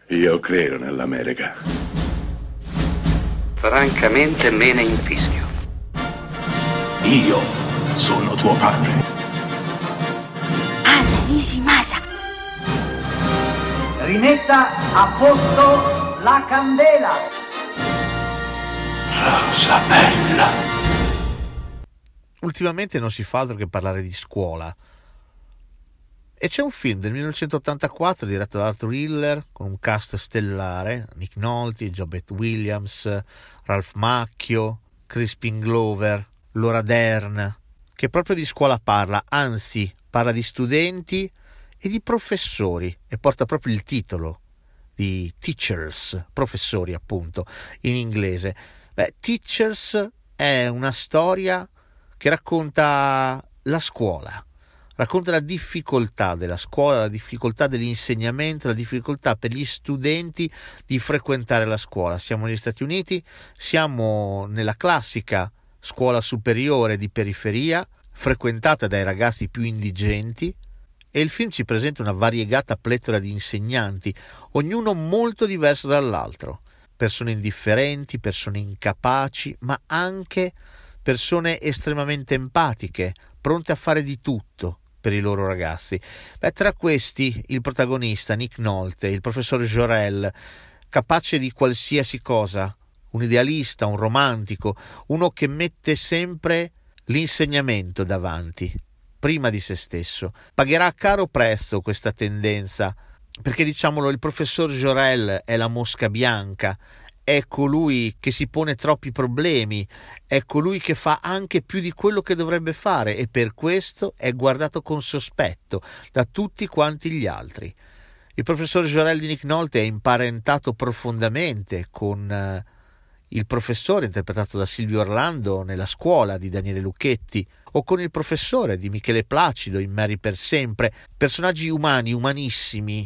Io credo nell'America. Francamente me ne infischio. Io sono tuo padre. Anna Nishimasa. Rimetta a posto la candela. Rosa bella. Ultimamente non si fa altro che parlare di scuola. E c'è un film del 1984 diretto da Arthur Hiller con un cast stellare: Nick Nolte, JoBeth Williams, Ralph Macchio, Crispin Glover, Laura Dern, che proprio di scuola parla, anzi parla di studenti e di professori, e porta proprio il titolo di Teachers, professori appunto, in inglese. Teachers è una storia che racconta la scuola. Racconta la difficoltà della scuola, la difficoltà dell'insegnamento, la difficoltà per gli studenti di frequentare la scuola. Siamo negli Stati Uniti, siamo nella classica scuola superiore di periferia, frequentata dai ragazzi più indigenti, e il film ci presenta una variegata pletora di insegnanti, ognuno molto diverso dall'altro. Persone indifferenti, persone incapaci, ma anche persone estremamente empatiche, pronte a fare di tutto per i loro ragazzi. Tra questi il protagonista Nick Nolte, il professor Jorel, capace di qualsiasi cosa, un idealista, un romantico, uno che mette sempre l'insegnamento davanti, prima di se stesso. Pagherà a caro prezzo questa tendenza, perché diciamolo, il professor Jorel è la mosca bianca, è colui che si pone troppi problemi, è colui che fa anche più di quello che dovrebbe fare, e per questo è guardato con sospetto da tutti quanti gli altri. Il professor Jorel di Nick Nolte è imparentato profondamente con il professore interpretato da Silvio Orlando nella Scuola di Daniele Lucchetti, o con il professore di Michele Placido in Mary per sempre, personaggi umani, umanissimi,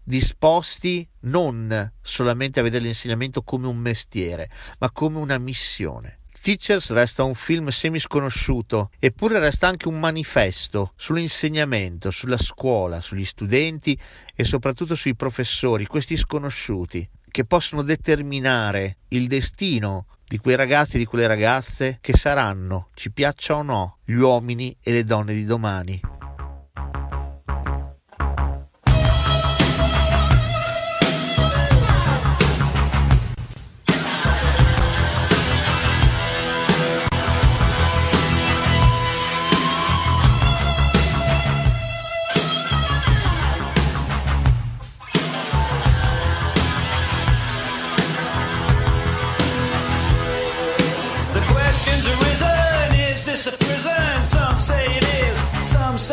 disposti non solamente a vedere l'insegnamento come un mestiere, ma come una missione. Teachers resta un film semisconosciuto, eppure resta anche un manifesto sull'insegnamento, sulla scuola, sugli studenti e soprattutto sui professori, questi sconosciuti, che possono determinare il destino di quei ragazzi e di quelle ragazze che saranno, ci piaccia o no, gli uomini e le donne di domani. Some say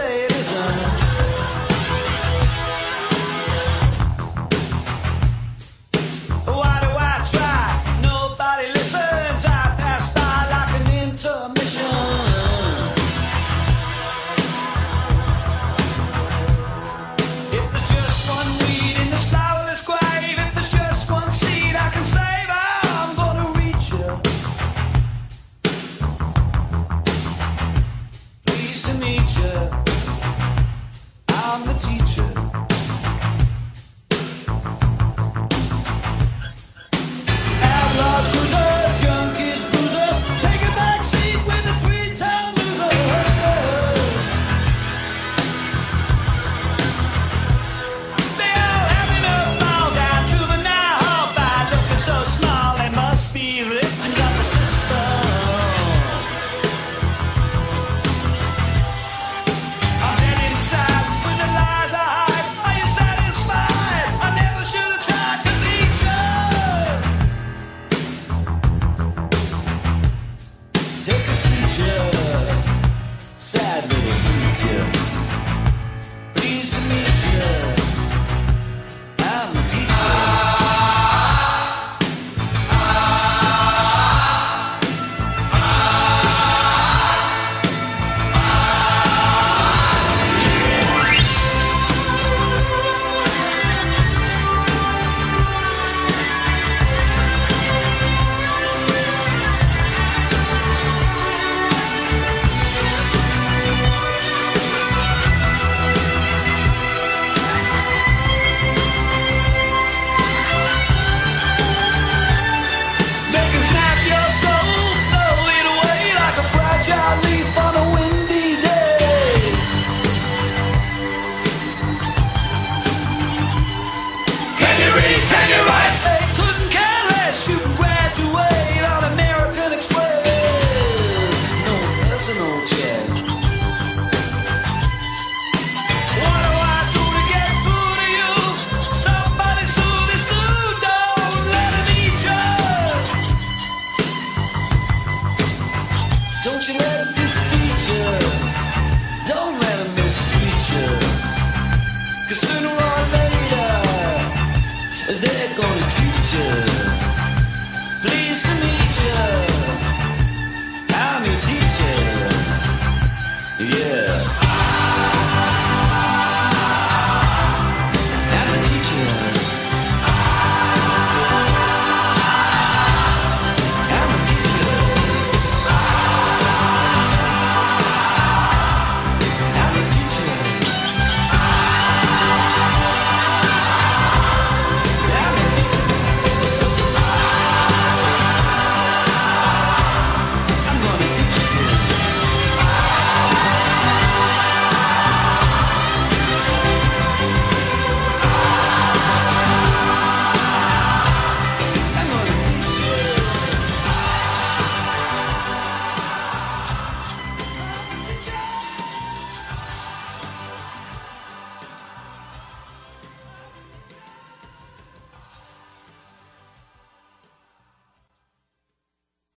They're gonna treat you. Pleased to meet you. I'm your teacher. Yeah.